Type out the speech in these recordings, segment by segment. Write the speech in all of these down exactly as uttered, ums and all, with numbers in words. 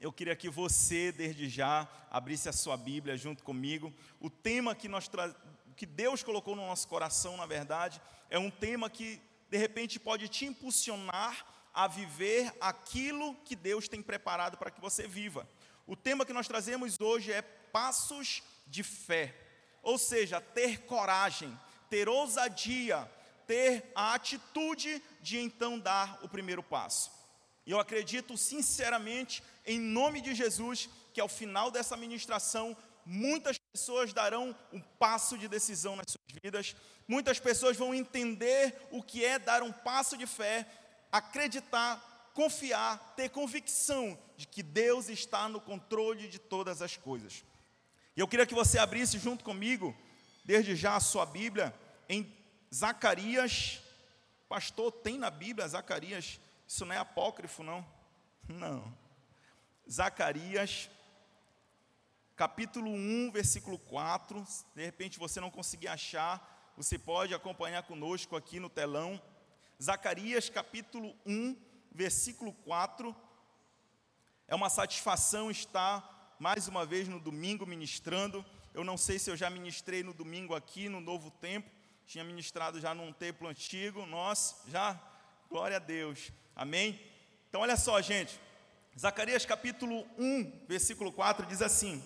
eu queria que você, desde já, abrisse a sua Bíblia junto comigo. O tema que, nós tra... que Deus colocou no nosso coração, na verdade, é um tema que, de repente, pode te impulsionar a viver aquilo que Deus tem preparado para que você viva. O tema que nós trazemos hoje é passos de fé, ou seja, ter coragem, ter ousadia, ter a atitude de então dar o primeiro passo. E eu acredito sinceramente, em nome de Jesus, que ao final dessa ministração, muitas pessoas darão um passo de decisão nas suas vidas, muitas pessoas vão entender o que é dar um passo de fé, acreditar, confiar, ter convicção de que Deus está no controle de todas as coisas. E eu queria que você abrisse junto comigo, desde já a sua Bíblia, em Zacarias. Pastor, tem na Bíblia Zacarias? Isso não é apócrifo, não? Não. Zacarias, capítulo um, versículo quatro. De repente você não conseguir achar, você pode acompanhar conosco aqui no telão. Zacarias, capítulo um, versículo quatro. É uma satisfação estar mais uma vez no domingo ministrando. Eu não sei se eu já ministrei no domingo aqui, no Novo Tempo. Tinha ministrado já num templo antigo. Nós, já? Glória a Deus. Amém? Então olha só, gente. Zacarias capítulo um, versículo quatro diz assim.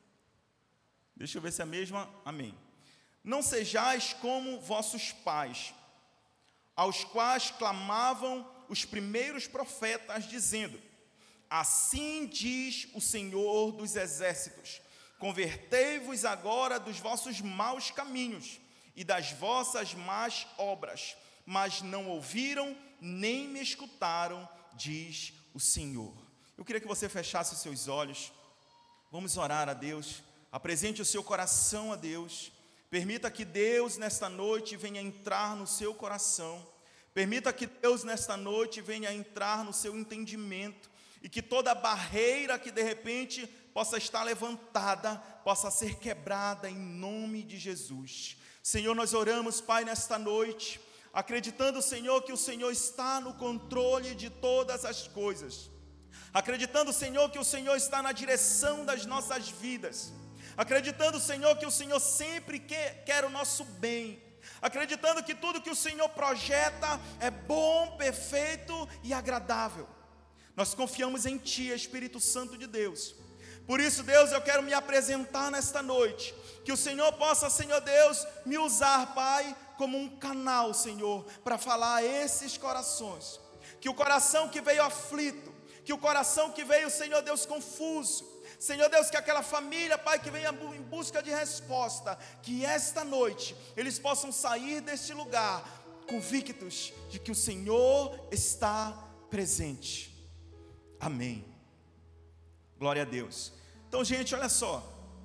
Deixa eu ver se é a mesma. Amém. Não sejais como vossos pais, aos quais clamavam os primeiros profetas, dizendo: assim diz o Senhor dos exércitos, convertei-vos agora dos vossos maus caminhos e das vossas más obras, mas não ouviram, nem me escutaram, diz o Senhor. Eu queria que você fechasse os seus olhos, vamos orar a Deus, apresente o seu coração a Deus, permita que Deus nesta noite venha entrar no seu coração, permita que Deus nesta noite venha entrar no seu entendimento, e que toda barreira que de repente possa estar levantada, possa ser quebrada em nome de Jesus. Senhor, nós oramos, Pai, nesta noite, acreditando, Senhor, que o Senhor está no controle de todas as coisas, acreditando, Senhor, que o Senhor está na direção das nossas vidas, acreditando, Senhor, que o Senhor sempre quer, quer o nosso bem, acreditando que tudo que o Senhor projeta é bom, perfeito e agradável. Nós confiamos em Ti, Espírito Santo de Deus. Por isso, Deus, eu quero me apresentar nesta noite, que o Senhor possa, Senhor Deus, me usar, Pai, como um canal, Senhor, para falar a esses corações, que o coração que veio aflito, que o coração que veio, Senhor Deus, confuso, Senhor Deus, que aquela família, Pai, que venha em busca de resposta, que esta noite eles possam sair deste lugar convictos de que o Senhor está presente. Amém. Glória a Deus. Então, gente, olha só.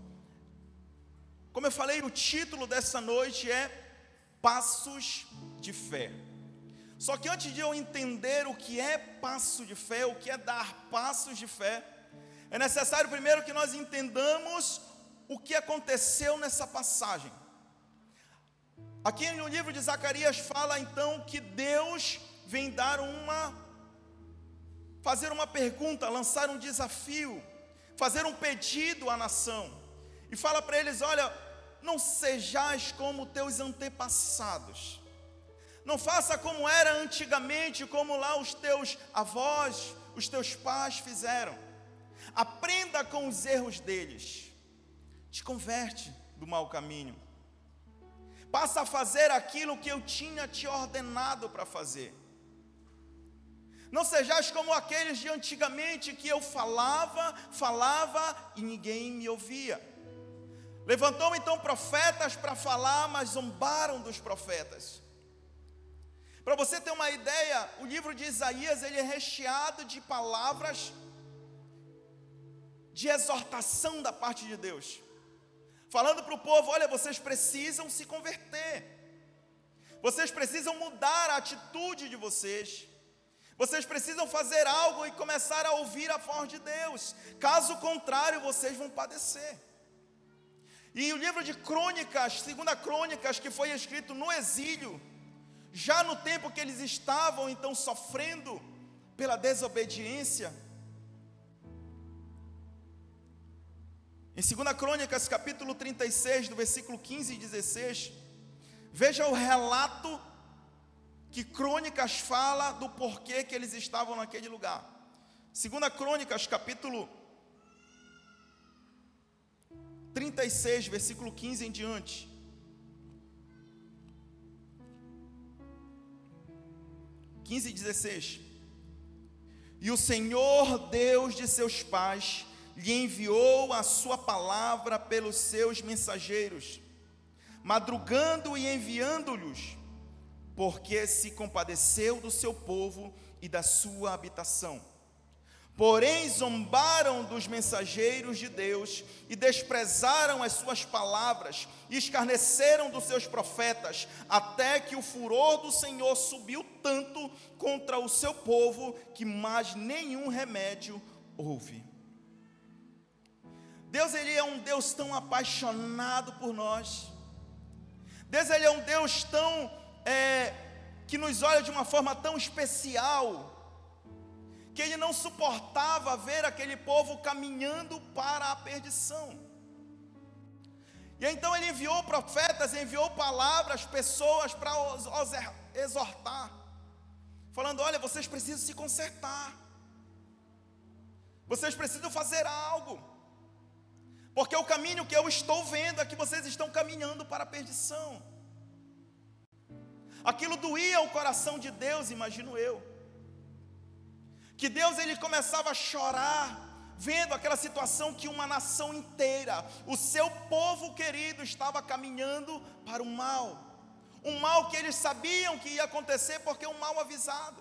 Como eu falei, o título dessa noite é Passos de Fé. Só que antes de eu entender o que é passo de fé, o que é dar passos de fé, é necessário primeiro que nós entendamos o que aconteceu nessa passagem. Aqui no livro de Zacarias fala então que Deus vem dar uma, fazer uma pergunta, lançar um desafio, fazer um pedido à nação. E fala para eles: olha, não sejais como teus antepassados. Não faça como era antigamente, como lá os teus avós, os teus pais fizeram. Aprenda com os erros deles. Te converte do mau caminho. Passa a fazer aquilo que eu tinha te ordenado para fazer. Não sejais como aqueles de antigamente, que eu falava, falava e ninguém me ouvia. Levantou então profetas para falar, mas zombaram dos profetas. Para você ter uma ideia, o livro de Isaías, ele é recheado de palavras de exortação da parte de Deus, falando para o povo: olha, vocês precisam se converter, vocês precisam mudar a atitude de vocês, vocês precisam fazer algo e começar a ouvir a voz de Deus, caso contrário vocês vão padecer. E o livro de Crônicas, segunda Crônicas, que foi escrito no exílio, já no tempo que eles estavam então sofrendo pela desobediência, segunda Crônicas, capítulo trinta e seis, do versículo quinze e dezesseis, veja o relato que Crônicas fala do porquê que eles estavam naquele lugar. segunda Crônicas, capítulo trinta e seis, versículo quinze em diante. quinze e dezesseis. E o Senhor Deus de seus pais lhe enviou a sua palavra pelos seus mensageiros, madrugando e enviando-lhes, porque se compadeceu do seu povo e da sua habitação. Porém zombaram dos mensageiros de Deus e desprezaram as suas palavras e escarneceram dos seus profetas, até que o furor do Senhor subiu tanto contra o seu povo que mais nenhum remédio houve. Deus, ele é um Deus tão apaixonado por nós. Deus, ele é um Deus tão é, que nos olha de uma forma tão especial, que ele não suportava ver aquele povo caminhando para a perdição. E então ele enviou profetas, enviou palavras, pessoas para os, os exortar, falando: olha, vocês precisam se consertar, vocês precisam fazer algo, porque o caminho que eu estou vendo é que vocês estão caminhando para a perdição. Aquilo doía o coração de Deus, imagino eu, que Deus, ele começava a chorar, vendo aquela situação que uma nação inteira, o seu povo querido, estava caminhando para o mal, um mal que eles sabiam que ia acontecer, porque é um mal avisado.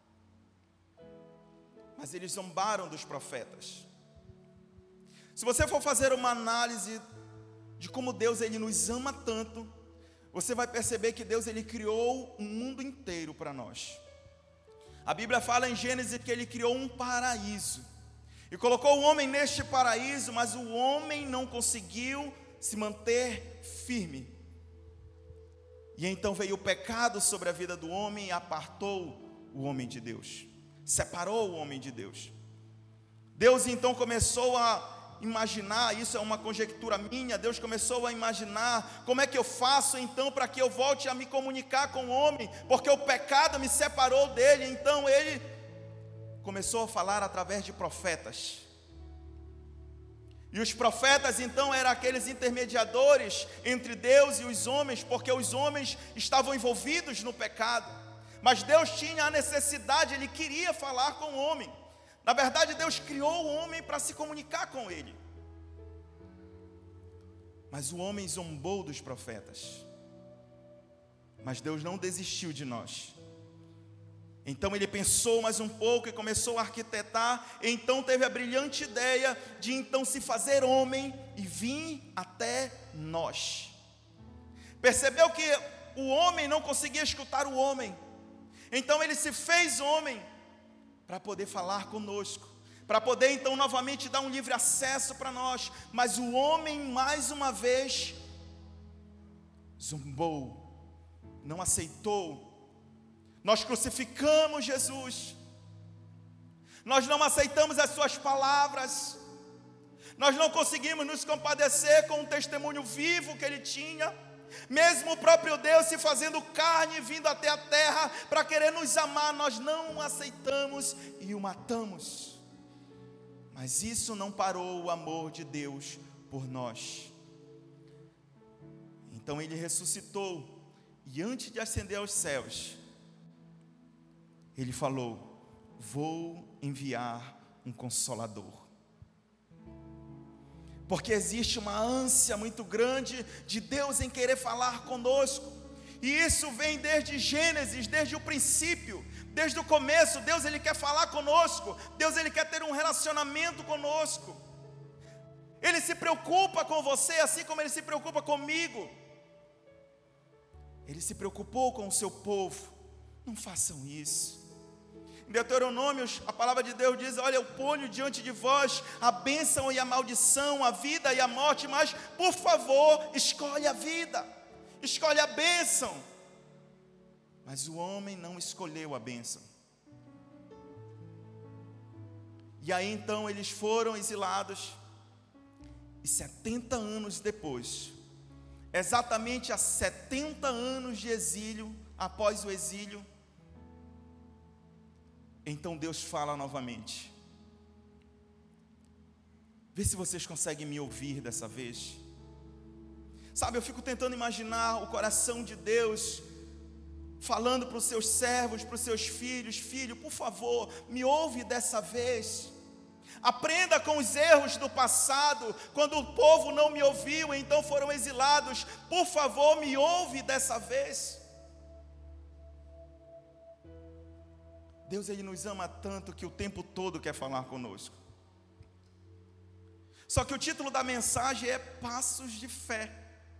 Mas eles zombaram dos profetas. Se você for fazer uma análise de como Deus, ele nos ama tanto, você vai perceber que Deus, ele criou um mundo inteiro para nós. A Bíblia fala em Gênesis que ele criou um paraíso e colocou o homem neste paraíso, mas o homem não conseguiu se manter firme. E então veio o pecado sobre a vida do homem e apartou o homem de Deus, separou o homem de Deus. Deus então começou a imaginar, isso é uma conjectura minha, Deus começou a imaginar: como é que eu faço então para que eu volte a me comunicar com o homem, porque o pecado me separou dele. Então ele começou a falar através de profetas, e os profetas então eram aqueles intermediadores entre Deus e os homens, porque os homens estavam envolvidos no pecado, mas Deus tinha a necessidade, ele queria falar com o homem. Na verdade, Deus criou o homem para se comunicar com ele, mas o homem zombou dos profetas. Mas Deus não desistiu de nós. Então ele pensou mais um pouco e começou a arquitetar. Então teve a brilhante ideia de então se fazer homem e vir até nós. Percebeu que o homem não conseguia escutar o homem, então ele se fez homem para poder falar conosco, para poder então novamente dar um livre acesso para nós. Mas o homem mais uma vez zombou, não aceitou. Nós crucificamos Jesus, nós não aceitamos as suas palavras, nós não conseguimos nos compadecer com o testemunho vivo que ele tinha. Mesmo o próprio Deus se fazendo carne, vindo até a terra para querer nos amar, nós não o aceitamos e o matamos. Mas isso não parou o amor de Deus por nós. Então ele ressuscitou, e antes de ascender aos céus, ele falou: vou enviar um Consolador. Porque existe uma ânsia muito grande de Deus em querer falar conosco, e isso vem desde Gênesis, desde o princípio, desde o começo. Deus, ele quer falar conosco, Deus, ele quer ter um relacionamento conosco, ele se preocupa com você, assim como ele se preocupa comigo. Ele se preocupou com o seu povo. Não façam isso. Em Deuteronômio, a palavra de Deus diz: olha, eu ponho diante de vós a bênção e a maldição, a vida e a morte, mas por favor, escolhe a vida, escolhe a bênção. Mas o homem não escolheu a bênção. E aí então eles foram exilados, E setenta anos depois, exatamente há setenta anos de exílio, após o exílio, então Deus fala novamente. Vê se vocês conseguem me ouvir dessa vez. Sabe, eu fico tentando imaginar o coração de Deus falando para os seus servos, para os seus filhos: filho, por favor, me ouve dessa vez. Aprenda com os erros do passado, quando o povo não me ouviu, então foram exilados. Por favor, me ouve dessa vez. Deus, Ele nos ama tanto que o tempo todo quer falar conosco. Só que o título da mensagem é Passos de Fé.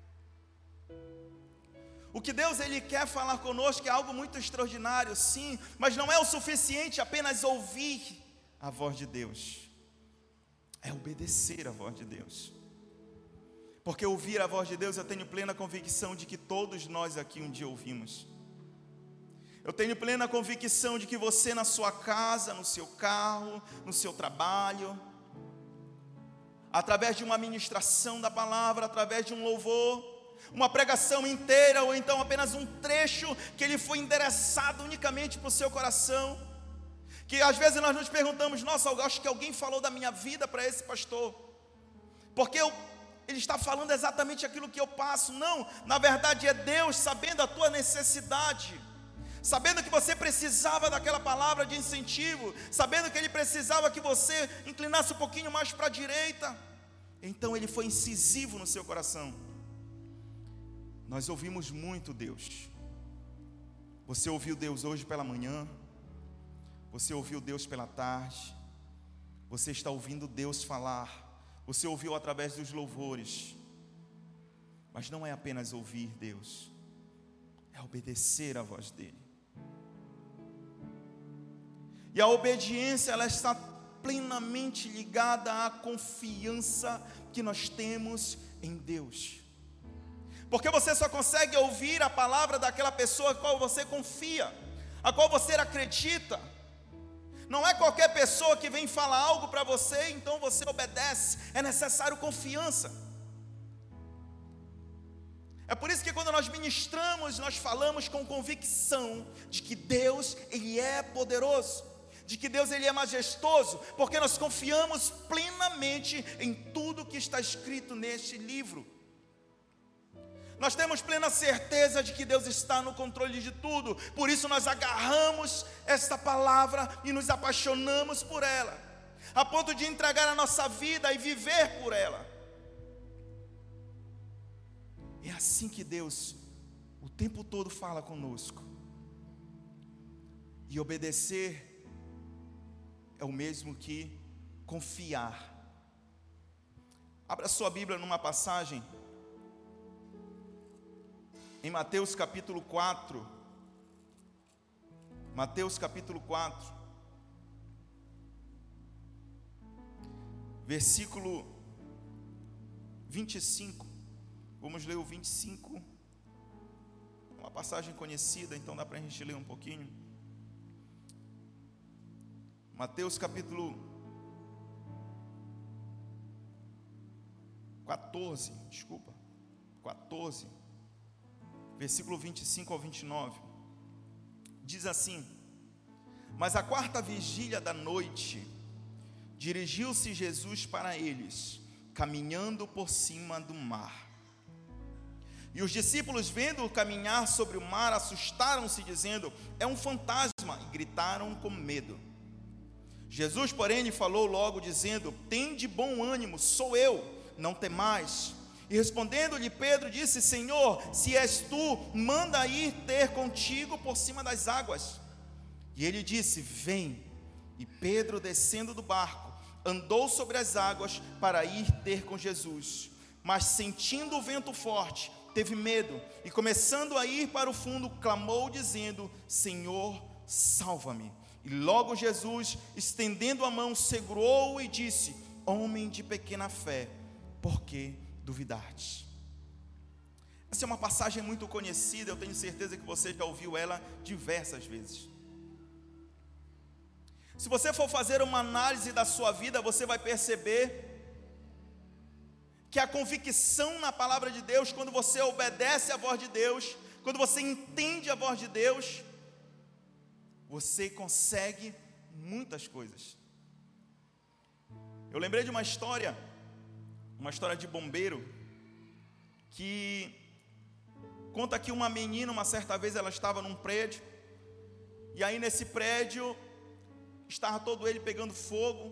O que Deus Ele quer falar conosco é algo muito extraordinário, sim, mas não é o suficiente apenas ouvir a voz de Deus. É obedecer a voz de Deus. Porque ouvir a voz de Deus, eu tenho plena convicção de que todos nós aqui um dia ouvimos. Eu tenho plena convicção de que você na sua casa, no seu carro, no seu trabalho, através de uma ministração da palavra, através de um louvor, uma pregação inteira, ou então apenas um trecho que ele foi endereçado unicamente para o seu coração, que às vezes nós nos perguntamos: nossa, eu acho que alguém falou da minha vida para esse pastor, porque eu, ele está falando exatamente aquilo que eu passo. Não, na verdade é Deus sabendo a tua necessidade, sabendo que você precisava daquela palavra de incentivo, sabendo que Ele precisava que você inclinasse um pouquinho mais para a direita, então Ele foi incisivo no seu coração. Nós ouvimos muito Deus. Você ouviu Deus hoje pela manhã, você ouviu Deus pela tarde, você está ouvindo Deus falar, você ouviu através dos louvores, mas não é apenas ouvir Deus, é obedecer a voz dEle. E a obediência, ela está plenamente ligada à confiança que nós temos em Deus. Porque você só consegue ouvir a palavra daquela pessoa a qual você confia, a qual você acredita. Não é qualquer pessoa que vem falar algo para você, então você obedece. É necessário confiança. É por isso que quando nós ministramos, nós falamos com convicção de que Deus, Ele é poderoso, de que Deus, Ele é majestoso, porque nós confiamos plenamente em tudo que está escrito neste livro. Nós temos plena certeza de que Deus está no controle de tudo, por isso nós agarramos esta palavra e nos apaixonamos por ela, a ponto de entregar a nossa vida e viver por ela. É assim que Deus o tempo todo fala conosco. E obedecer é o mesmo que confiar. Abra sua Bíblia numa passagem em Mateus capítulo quatro. Mateus capítulo quatro, versículo vinte e cinco. Vamos ler o vinte e cinco. É uma passagem conhecida, então dá para a gente ler um pouquinho. Mateus capítulo quatorze, desculpa, quatorze, versículo vinte e cinco ao vinte e nove, diz assim: mas à quarta vigília da noite, dirigiu-se Jesus para eles, caminhando por cima do mar. E os discípulos, vendo-o caminhar sobre o mar, assustaram-se, dizendo: é um fantasma, e gritaram com medo. Jesus, porém, lhe falou logo, dizendo: tende bom ânimo, sou eu, não temais. E respondendo-lhe Pedro, disse: Senhor, se és tu, manda ir ter contigo por cima das águas. E ele disse: vem. E Pedro, descendo do barco, andou sobre as águas para ir ter com Jesus. Mas sentindo o vento forte, teve medo, e começando a ir para o fundo, clamou dizendo: Senhor, salva-me. E logo Jesus, estendendo a mão, segurou-o e disse: homem de pequena fé, por que duvidaste? Essa é uma passagem muito conhecida, eu tenho certeza que você já ouviu ela diversas vezes. Se você for fazer uma análise da sua vida, você vai perceber que é a convicção na palavra de Deus. Quando você obedece à voz de Deus, quando você entende a voz de Deus, você consegue muitas coisas. Eu lembrei de uma história, uma história de bombeiro, que conta que uma menina, uma certa vez, ela estava num prédio, e aí nesse prédio, estava todo ele pegando fogo.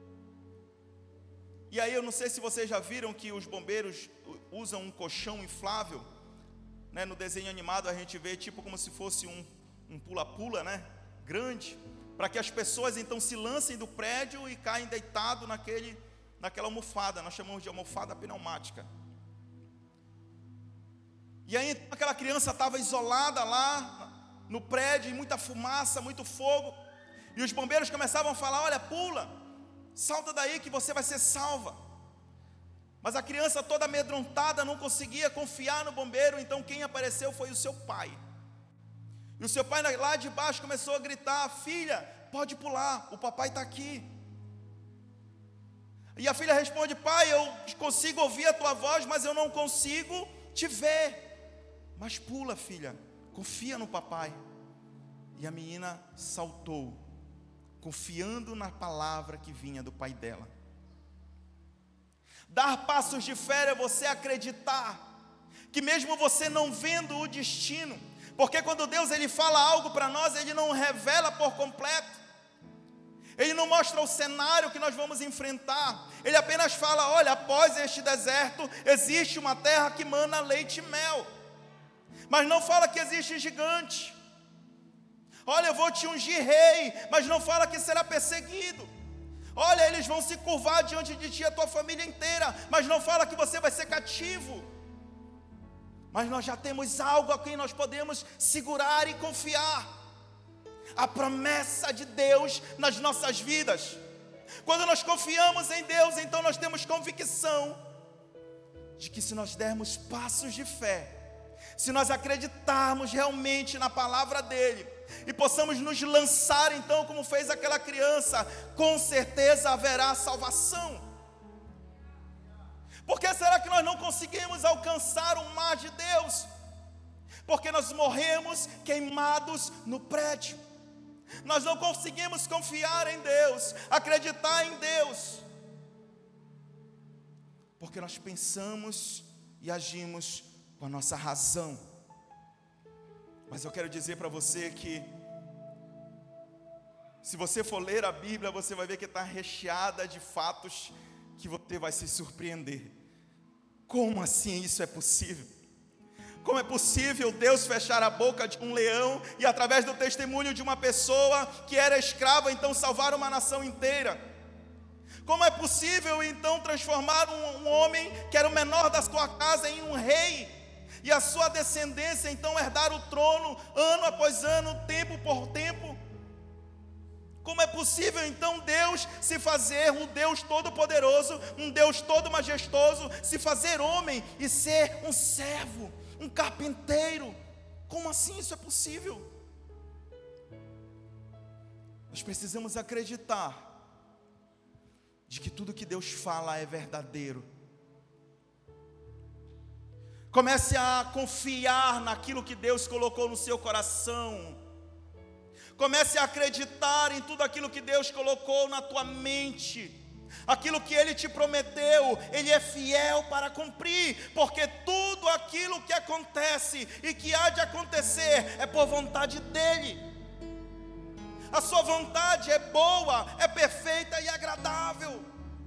E aí eu não sei se vocês já viram que os bombeiros usam um colchão inflável, né? No desenho animado a gente vê tipo como se fosse um um pula-pula, né? Grande, para que as pessoas então se lancem do prédio e caem deitado naquele, naquela almofada. Nós chamamos de almofada pneumática. E aí aquela criança estava isolada lá no prédio, e muita fumaça, muito fogo, e os bombeiros começavam a falar: olha, pula, salta daí que você vai ser salva. Mas a criança toda amedrontada não conseguia confiar no bombeiro. Então quem apareceu foi o seu pai. E o seu pai lá de baixo começou a gritar: filha, pode pular, o papai está aqui. E a filha responde: pai, eu consigo ouvir a tua voz, mas eu não consigo te ver. Mas pula, filha, confia no papai. E a menina saltou, confiando na palavra que vinha do pai dela. Dar passos de fé é você acreditar que mesmo você não vendo o destino, porque quando Deus ele fala algo para nós, Ele não revela por completo, Ele não mostra o cenário que nós vamos enfrentar, Ele apenas fala: olha, após este deserto, existe uma terra que mana leite e mel, mas não fala que existe gigante. Olha, eu vou te ungir rei, mas não fala que será perseguido. Olha, eles vão se curvar diante de ti, a tua família inteira, mas não fala que você vai ser cativo. Mas nós já temos algo a quem nós podemos segurar e confiar: a promessa de Deus nas nossas vidas. Quando nós confiamos em Deus, então nós temos convicção de que se nós dermos passos de fé, se nós acreditarmos realmente na palavra dEle, e possamos nos lançar então como fez aquela criança, com certeza haverá salvação. Por que será que nós não conseguimos alcançar o mar de Deus? Porque nós morremos queimados no prédio. Nós não conseguimos confiar em Deus, acreditar em Deus, porque nós pensamos e agimos com a nossa razão. Mas eu quero dizer para você que, se você for ler a Bíblia, você vai ver que está recheada de fatos que você vai se surpreender. Como assim isso é possível? Como é possível Deus fechar a boca de um leão e através do testemunho de uma pessoa que era escrava, então salvar uma nação inteira? Como é possível então transformar um, um homem que era o menor da sua casa em um rei, e a sua descendência então herdar o trono ano após ano, tempo por tempo? Como é possível então Deus se fazer um Deus todo-poderoso, um Deus todo majestoso, se fazer homem e ser um servo, um carpinteiro? Como assim isso é possível? Nós precisamos acreditar de que tudo que Deus fala é verdadeiro. Comece a confiar naquilo que Deus colocou no seu coração. Comece a acreditar em tudo aquilo que Deus colocou na tua mente. Aquilo que Ele te prometeu, Ele é fiel para cumprir, porque tudo aquilo que acontece e que há de acontecer é por vontade dEle. A sua vontade é boa, é perfeita e agradável.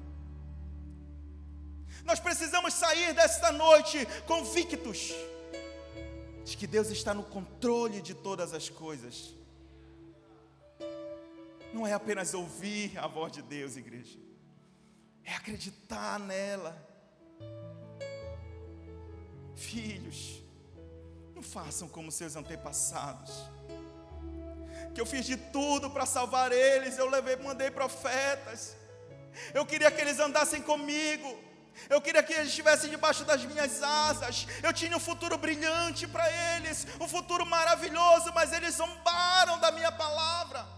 Nós precisamos sair desta noite convictos de que Deus está no controle de todas as coisas. Não é apenas ouvir a voz de Deus, igreja, é acreditar nela. Filhos, não façam como seus antepassados, que eu fiz de tudo para salvar eles. Eu levei, mandei profetas, eu queria que eles andassem comigo, eu queria que eles estivessem debaixo das minhas asas, eu tinha um futuro brilhante para eles, um futuro maravilhoso, mas eles zombaram da minha palavra.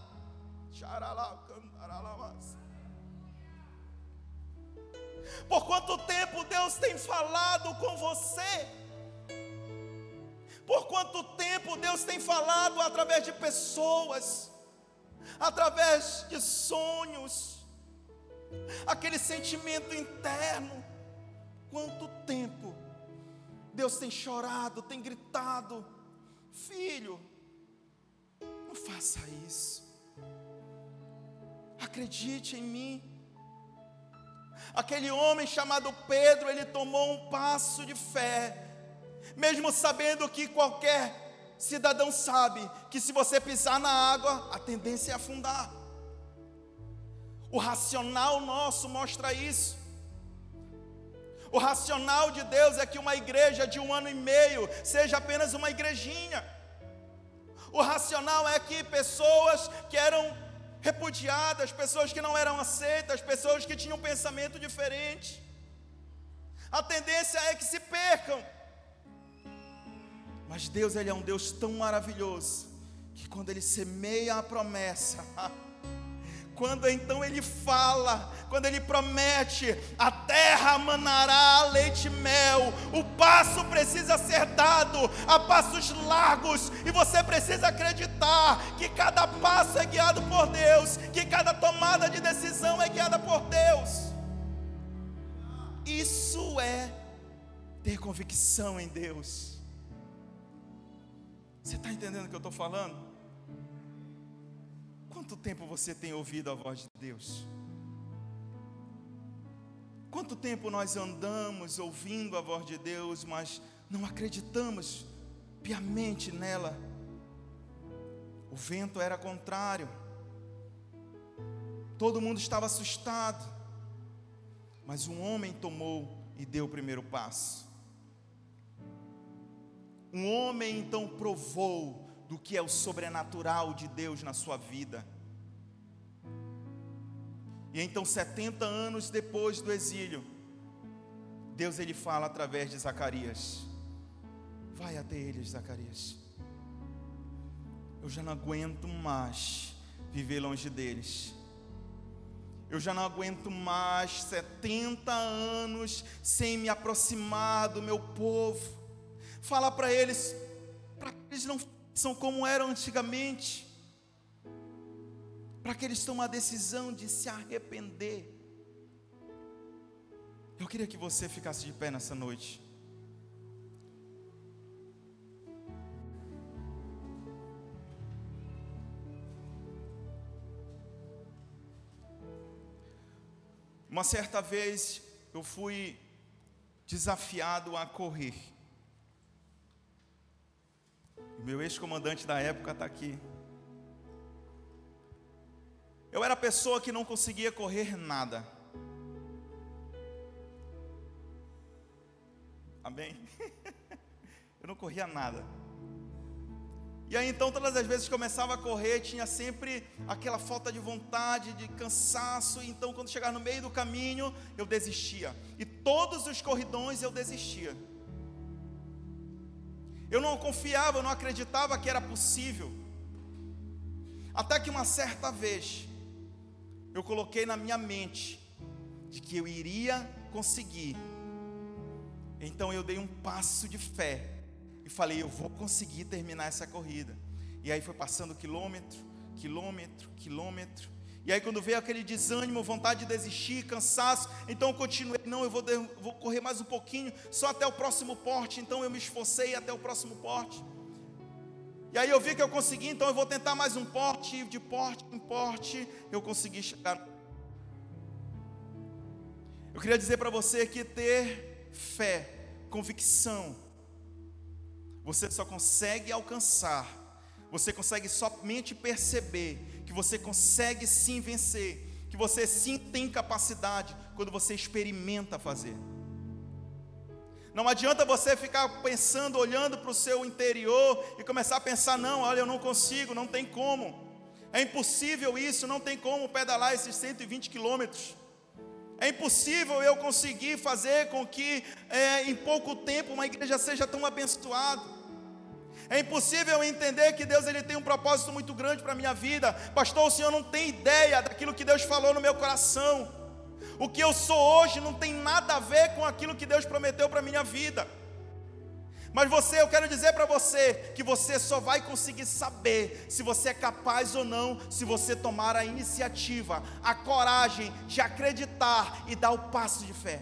Por quanto tempo Deus tem falado com você? Por quanto tempo Deus tem falado através de pessoas, através de sonhos, aquele sentimento interno? Quanto tempo Deus tem chorado, tem gritado: filho, não faça isso, acredite em mim. Aquele homem chamado Pedro, ele tomou um passo de fé, mesmo sabendo que qualquer cidadão sabe que se você pisar na água, a tendência é afundar. O racional nosso mostra isso. O racional de Deus é que uma igreja de um ano e meio seja apenas uma igrejinha. O racional é que pessoas que eram repudiadas, pessoas que não eram aceitas, pessoas que tinham um pensamento diferente, a tendência é que se percam. Mas Deus, Ele é um Deus tão maravilhoso, que quando Ele semeia a promessa, quando então Ele fala, quando Ele promete, a terra manará leite e mel, o passo precisa ser dado a passos largos, e você precisa acreditar que cada passo é guiado por Deus, que cada tomada de decisão é guiada por Deus. Isso é ter convicção em Deus. Você está entendendo o que eu estou falando? Quanto tempo você tem ouvido a voz de Deus? Quanto tempo nós andamos ouvindo a voz de Deus, mas não acreditamos piamente nela? O vento era contrário, todo mundo estava assustado, mas um homem tomou e deu o primeiro passo. Um homem então provou do que é o sobrenatural de Deus na sua vida. E então setenta anos depois do exílio, Deus ele fala através de Zacarias: vai até eles, Zacarias, eu já não aguento mais viver longe deles, eu já não aguento mais setenta anos sem me aproximar do meu povo. Fala para eles, para que eles não são como eram antigamente, para que eles tomem a decisão de se arrepender. Eu queria que você ficasse de pé nessa noite. Uma certa vez eu fui desafiado a correr. O meu ex-comandante da época está aqui. Eu era a pessoa que não conseguia correr nada. Amém? Eu não corria nada. E aí então todas as vezes que começava a correr, tinha sempre aquela falta de vontade, de cansaço. E então quando chegava no meio do caminho, eu desistia. E todos os corridões eu desistia. Eu não confiava, eu não acreditava que era possível. Até que uma certa vez, eu coloquei na minha mente de que eu iria conseguir. Então eu dei um passo de fé e falei: eu vou conseguir terminar essa corrida. E aí foi passando quilômetro, quilômetro, quilômetro. E aí quando veio aquele desânimo, vontade de desistir, cansaço, então eu continuei: não, eu vou, vou correr mais um pouquinho, só até o próximo porte. Então eu me esforcei até o próximo porte. E aí eu vi que eu consegui, então eu vou tentar mais um porte, de porte em porte, eu consegui chegar. Eu queria dizer para você que ter fé, convicção, você só consegue alcançar, você consegue somente perceber que você consegue sim vencer, que você sim tem capacidade, quando você experimenta fazer. Não adianta você ficar pensando, olhando para o seu interior e começar a pensar: não, olha, eu não consigo, não tem como, é impossível isso, não tem como pedalar esses cento e vinte quilômetros, é impossível eu conseguir fazer com que é, em pouco tempo uma igreja seja tão abençoada. É impossível entender que Deus ele tem um propósito muito grande para a minha vida. Pastor, o senhor não tem ideia daquilo que Deus falou no meu coração. O que eu sou hoje não tem nada a ver com aquilo que Deus prometeu para a minha vida. Mas você, eu quero dizer para você, que você só vai conseguir saber se você é capaz ou não, se você tomar a iniciativa, a coragem de acreditar e dar o passo de fé.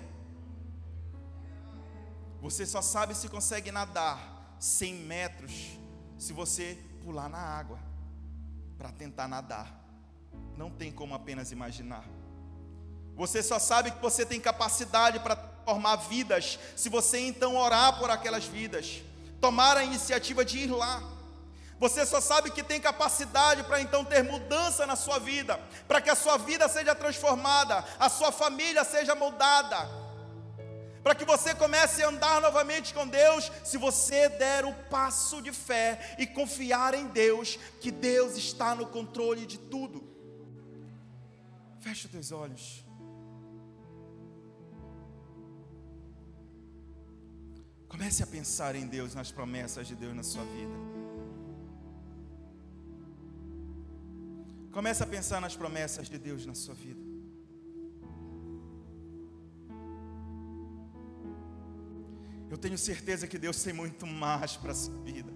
Você só sabe se consegue nadar cem metros, se você pular na água, para tentar nadar. Não tem como apenas imaginar. Você só sabe que você tem capacidade para transformar vidas, se você então orar por aquelas vidas, tomar a iniciativa de ir lá. Você só sabe que tem capacidade para então ter mudança na sua vida, para que a sua vida seja transformada, a sua família seja moldada, para que você comece a andar novamente com Deus, se você der o passo de fé e confiar em Deus, que Deus está no controle de tudo. Feche os teus olhos. Comece a pensar em Deus, nas promessas de Deus na sua vida. Comece a pensar nas promessas de Deus na sua vida. Eu tenho certeza que Deus tem muito mais para a sua vida.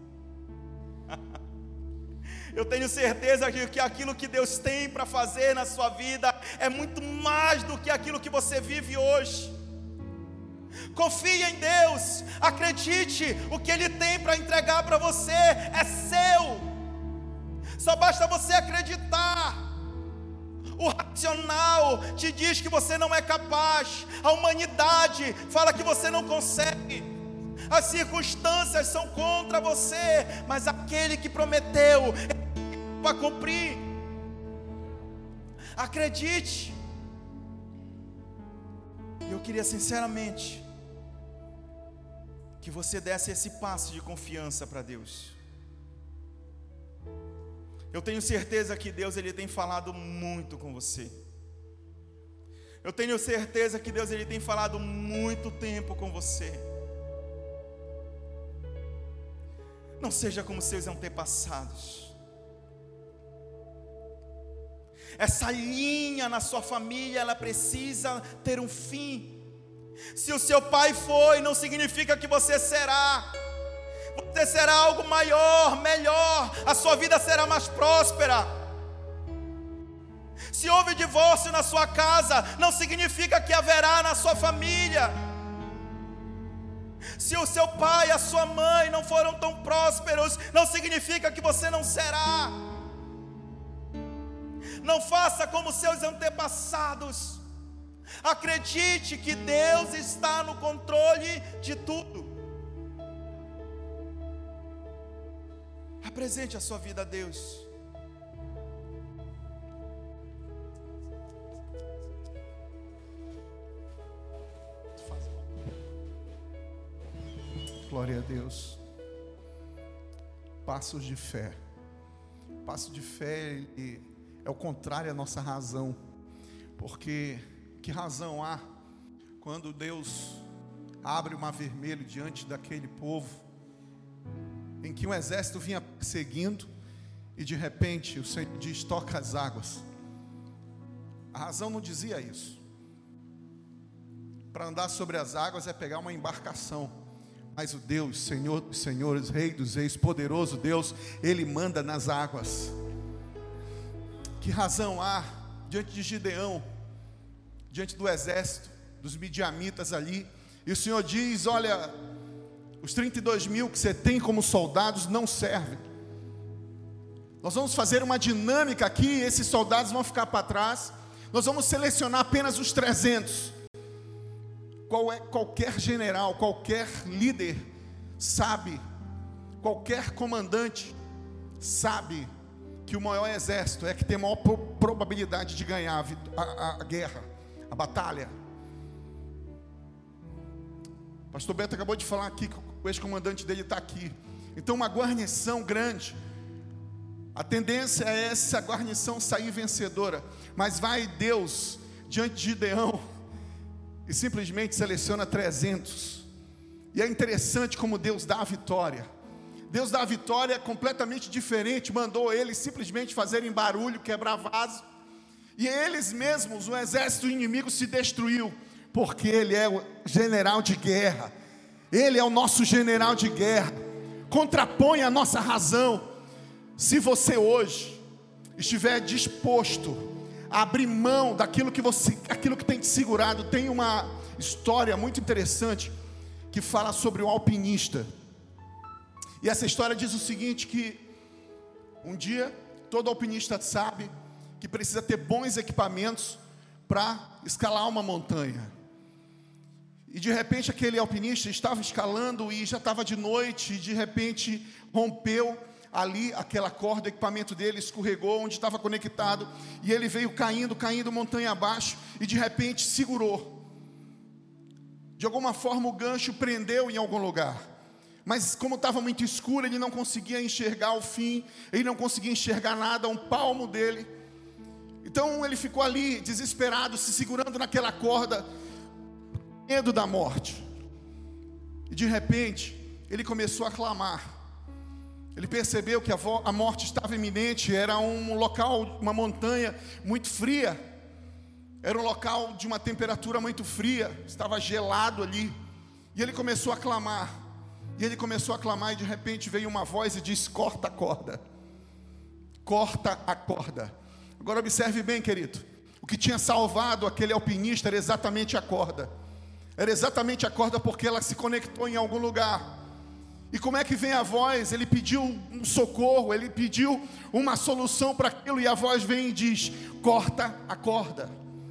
Eu tenho certeza que aquilo que Deus tem para fazer na sua vida é muito mais do que aquilo que você vive hoje. Confie em Deus, acredite, o que Ele tem para entregar para você é seu. Só basta você acreditar. O racional te diz que você não é capaz, a humanidade fala que você não consegue, as circunstâncias são contra você, mas aquele que prometeu vai cumprir. Acredite. E eu queria sinceramente que você desse esse passo de confiança para Deus. Eu tenho certeza que Deus ele tem falado muito com você. Eu tenho certeza que Deus ele tem falado muito tempo com você. Não seja como seus antepassados. Essa linha na sua família, ela precisa ter um fim. Se o seu pai foi, não significa que você será. Você será algo maior, melhor. A sua vida será mais próspera. Se houve divórcio na sua casa, não significa que haverá na sua família. Se o seu pai e a sua mãe não foram tão prósperos, não significa que você não será. Não faça como seus antepassados. Acredite que Deus está no controle de tudo. Apresente a sua vida a Deus. Glória a Deus. Passos de fé. Passo de fé ele é o contrário à nossa razão. Porque que razão há quando Deus abre o mar vermelho diante daquele povo, em que um exército vinha perseguindo, e de repente o Senhor diz: toca as águas. A razão não dizia isso. Para andar sobre as águas é pegar uma embarcação. Mas o Deus, Senhor dos senhores, Rei dos reis, poderoso Deus, Ele manda nas águas. Que razão há diante de Gideão, diante do exército dos midianitas ali, e o Senhor diz: olha, os trinta e dois mil que você tem como soldados não servem. Nós vamos fazer uma dinâmica aqui, esses soldados vão ficar para trás. Nós vamos selecionar apenas os trezentos. Qual é, qualquer general, qualquer líder sabe, qualquer comandante sabe que o maior exército é que tem a maior probabilidade de ganhar a, a, a guerra, a batalha. Pastor Beto acabou de falar aqui que o ex-comandante dele está aqui. Então uma guarnição grande, a tendência é essa guarnição sair vencedora. Mas vai Deus diante de Gideão e simplesmente seleciona trezentos. E é interessante como Deus dá a vitória. Deus dá a vitória completamente diferente. Mandou eles simplesmente fazerem barulho, quebrar vaso. E eles mesmos, o exército inimigo se destruiu, porque ele é o general de guerra. Ele é o nosso general de guerra. Contrapõe a nossa razão. Se você hoje estiver disposto a abrir mão daquilo que você, aquilo que tem te segurado, tem uma história muito interessante que fala sobre um alpinista. E essa história diz o seguinte, que um dia todo alpinista sabe que precisa ter bons equipamentos para escalar uma montanha. E de repente aquele alpinista estava escalando e já estava de noite, e de repente rompeu ali aquela corda, o equipamento dele escorregou onde estava conectado, e ele veio caindo, caindo montanha abaixo, e de repente segurou. De alguma forma o gancho prendeu em algum lugar, mas como estava muito escuro, ele não conseguia enxergar o fim, ele não conseguia enxergar nada, um palmo dele. Então ele ficou ali desesperado, se segurando naquela corda, medo da morte. E de repente ele começou a clamar. Ele percebeu que a, vo- a morte estava iminente. Era um local, uma montanha muito fria. Era um local de uma temperatura muito fria. Estava gelado ali. E ele começou a clamar. E ele começou a clamar e de repente veio uma voz e disse: corta a corda. Corta a corda. Agora observe bem, querido. O que tinha salvado aquele alpinista era exatamente a corda. Era exatamente a corda, porque ela se conectou em algum lugar. E como é que vem a voz? Ele pediu um socorro, ele pediu uma solução para aquilo, e a voz vem e diz: corta a corda.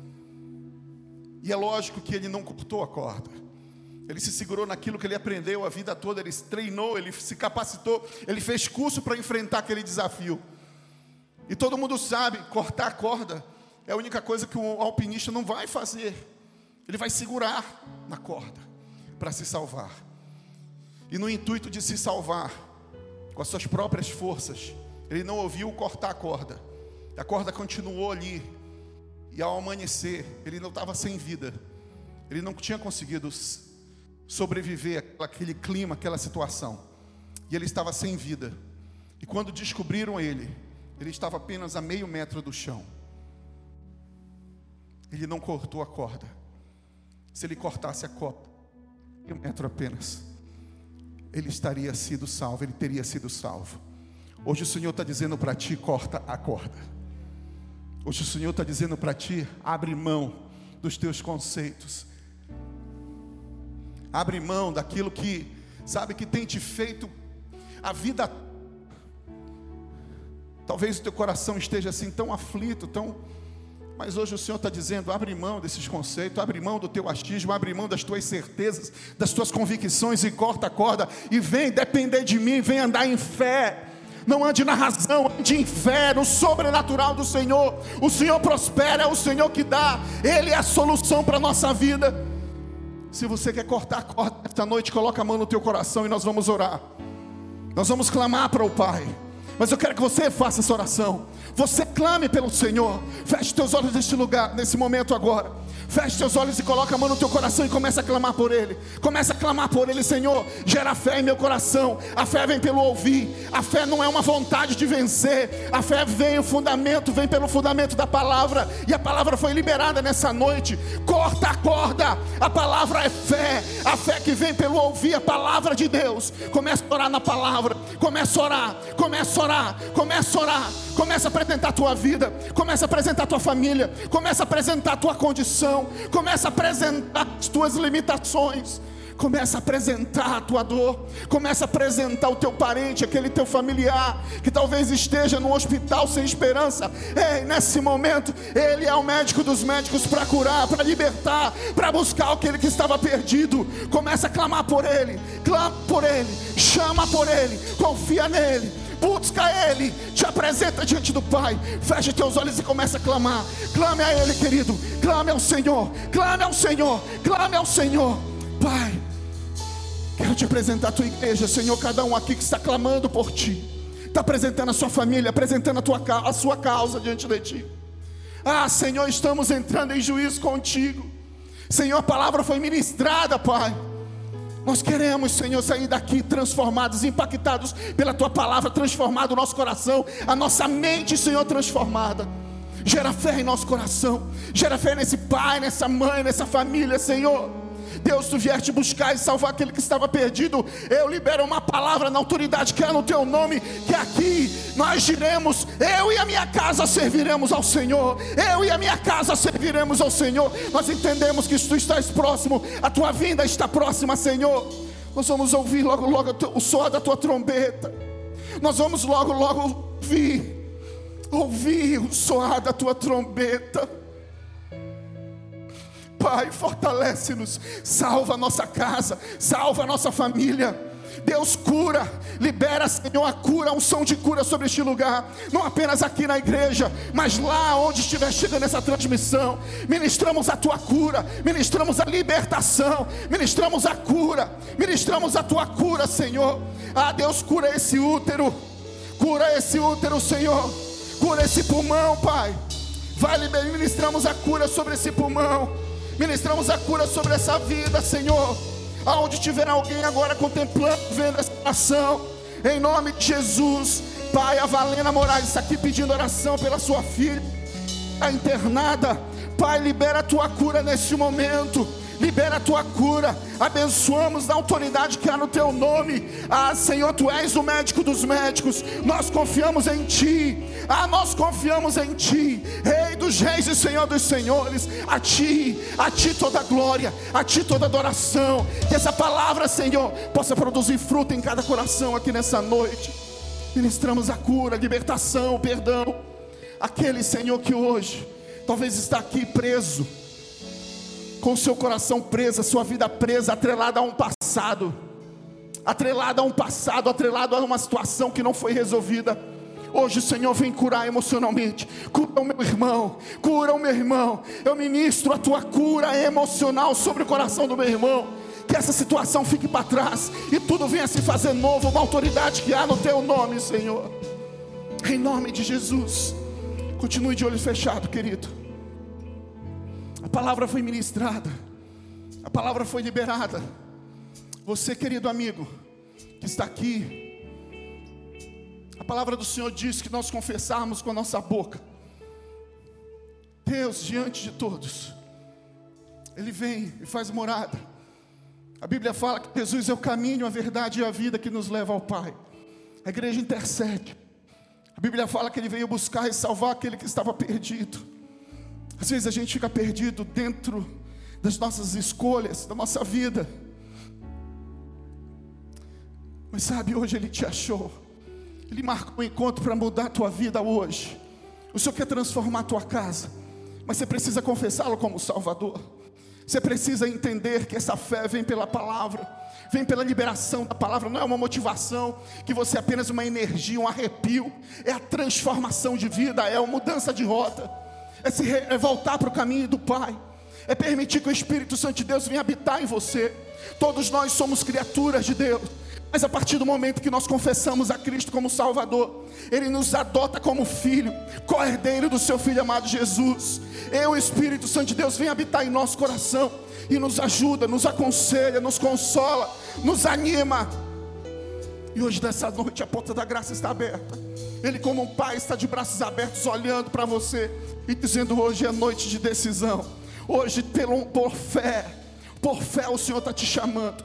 E é lógico que ele não cortou a corda. Ele se segurou naquilo que ele aprendeu a vida toda, ele treinou, ele se capacitou, ele fez curso para enfrentar aquele desafio. E todo mundo sabe, cortar a corda é a única coisa que o alpinista não vai fazer. Ele vai segurar na corda para se salvar. E no intuito de se salvar com as suas próprias forças, ele não ouviu cortar a corda. A corda continuou ali. E ao amanhecer, ele não estava sem vida. Ele não tinha conseguido sobreviver àquele clima, àquela situação. E ele estava sem vida. E quando descobriram ele, ele estava apenas a meio metro do chão. Ele não cortou a corda. Se ele cortasse a corda, meio metro apenas, ele estaria sido salvo, ele teria sido salvo. Hoje o Senhor está dizendo para ti: corta a corda. Hoje o Senhor está dizendo para ti: abre mão dos teus conceitos. Abre mão daquilo que, sabe, que tem te feito a vida. Talvez o teu coração esteja assim tão aflito, tão... Mas hoje o Senhor está dizendo: abre mão desses conceitos, abre mão do teu achismo, abre mão das tuas certezas, das tuas convicções, e corta a corda, e vem depender de mim, vem andar em fé. Não ande na razão, ande em fé, no sobrenatural do Senhor. O Senhor prospera, é o Senhor que dá, Ele é a solução para a nossa vida. Se você quer cortar a corda esta noite, coloca a mão no teu coração e nós vamos orar. Nós vamos clamar para o Pai. Mas eu quero que você faça essa oração. Você clame pelo Senhor. Feche teus olhos neste lugar, nesse momento agora. Feche teus olhos e coloca a mão no teu coração e começa a clamar por Ele. Começa a clamar por Ele. Senhor, gera fé em meu coração. A fé vem pelo ouvir. A fé não é uma vontade de vencer. A fé vem o fundamento, vem pelo fundamento da palavra. E a palavra foi liberada nessa noite. Corta a corda. A palavra é fé. A fé que vem pelo ouvir a palavra de Deus. Começa a orar na palavra. Começa a orar. Começa a orar. Começa a orar. Começa a apresentar a tua vida. Começa a apresentar a tua família. Começa a apresentar a tua condição. Começa a apresentar as tuas limitações. Começa a apresentar a tua dor. Começa a apresentar o teu parente, aquele teu familiar que talvez esteja no hospital sem esperança. Ei, nesse momento Ele é o médico dos médicos para curar, para libertar, para buscar aquele que estava perdido. Começa a clamar por Ele. Clama por Ele, chama por Ele, confia nele, busca Ele, te apresenta diante do Pai. Feche teus olhos e começa a clamar. Clame a Ele, querido. Clame ao Senhor. Clame ao Senhor. Clame ao Senhor. Pai, quero te apresentar a tua igreja, Senhor. Cada um aqui que está clamando por ti, está apresentando a sua família, apresentando a, tua, a sua causa diante de ti. Ah, Senhor, estamos entrando em juízo contigo. Senhor, a palavra foi ministrada, Pai. Nós queremos, Senhor, sair daqui transformados, impactados pela tua palavra, transformado o nosso coração, a nossa mente, Senhor, transformada. Gera fé em nosso coração. Gera fé nesse pai, nessa mãe, nessa família, Senhor. Deus, tu vieste buscar e salvar aquele que estava perdido. Eu libero uma palavra na autoridade que é no teu nome, que aqui nós diremos: eu e a minha casa serviremos ao Senhor. Eu e a minha casa serviremos ao Senhor. Nós entendemos que tu estás próximo, a tua vinda está próxima, Senhor. Nós vamos ouvir logo, logo o som da tua trombeta. Nós vamos logo, logo ouvir Ouvir o soar da tua trombeta. Pai, fortalece-nos, salva a nossa casa, salva a nossa família. Deus, cura, libera, Senhor, a cura, a unção de cura sobre este lugar. Não apenas aqui na igreja, mas lá onde estiver chegando essa transmissão. Ministramos a tua cura, ministramos a libertação, ministramos a cura, ministramos a tua cura, Senhor. Ah, Deus, cura esse útero, cura esse útero, Senhor. Cura esse pulmão, Pai. Vai, ministramos a cura sobre esse pulmão. Ministramos a cura sobre essa vida, Senhor. Aonde tiver alguém agora contemplando, vendo essa oração, em nome de Jesus. Pai, a Valena Moraes está aqui pedindo oração pela sua filha, a internada. Pai, libera a tua cura neste momento. Libera a tua cura. Abençoamos na autoridade que há no teu nome. Ah, Senhor, tu és o médico dos médicos. Nós confiamos em ti. Ah, nós confiamos em ti, Rei dos reis e Senhor dos senhores. A ti, a ti toda glória, a ti toda adoração. Que essa palavra, Senhor, possa produzir fruto em cada coração aqui nessa noite. Ministramos a cura, a libertação, o perdão. Aquele, Senhor, que hoje talvez está aqui preso, com o seu coração preso, a sua vida presa, atrelada a um passado, atrelada a um passado, atrelada a uma situação que não foi resolvida. Hoje o Senhor vem curar emocionalmente. Cura o meu irmão, cura o meu irmão. Eu ministro a tua cura emocional sobre o coração do meu irmão. Que essa situação fique para trás e tudo venha se fazer novo, uma autoridade que há no teu nome, Senhor. Em nome de Jesus. Continue de olho fechado, querido. A palavra foi ministrada, a palavra foi liberada. Você, querido amigo, que está aqui, a palavra do Senhor diz que nós confessarmos com a nossa boca, Deus diante de todos, Ele vem e faz morada. A Bíblia fala que Jesus é o caminho, a verdade e a vida que nos leva ao Pai. A igreja intercede. A Bíblia fala que Ele veio buscar e salvar aquele que estava perdido. Às vezes a gente fica perdido dentro das nossas escolhas, da nossa vida. Mas sabe, hoje Ele te achou. Ele marcou um encontro para mudar a tua vida hoje. O Senhor quer transformar a tua casa, mas você precisa confessá-lo como Salvador. Você precisa entender que essa fé vem pela palavra, vem pela liberação da palavra. Não é uma motivação, que você é apenas uma energia, um arrepio. É a transformação de vida, é a mudança de rota. É, se re, é voltar para o caminho do Pai. É permitir que o Espírito Santo de Deus venha habitar em você. Todos nós somos criaturas de Deus, mas a partir do momento que nós confessamos a Cristo como Salvador, Ele nos adota como filho, co-herdeiro do seu Filho amado Jesus. E o Espírito Santo de Deus vem habitar em nosso coração e nos ajuda, nos aconselha, nos consola, nos anima. E hoje nessa noite a porta da graça está aberta. Ele, como um pai, está de braços abertos olhando para você e dizendo: hoje é noite de decisão. Hoje, pelo, por fé, por fé o Senhor está te chamando.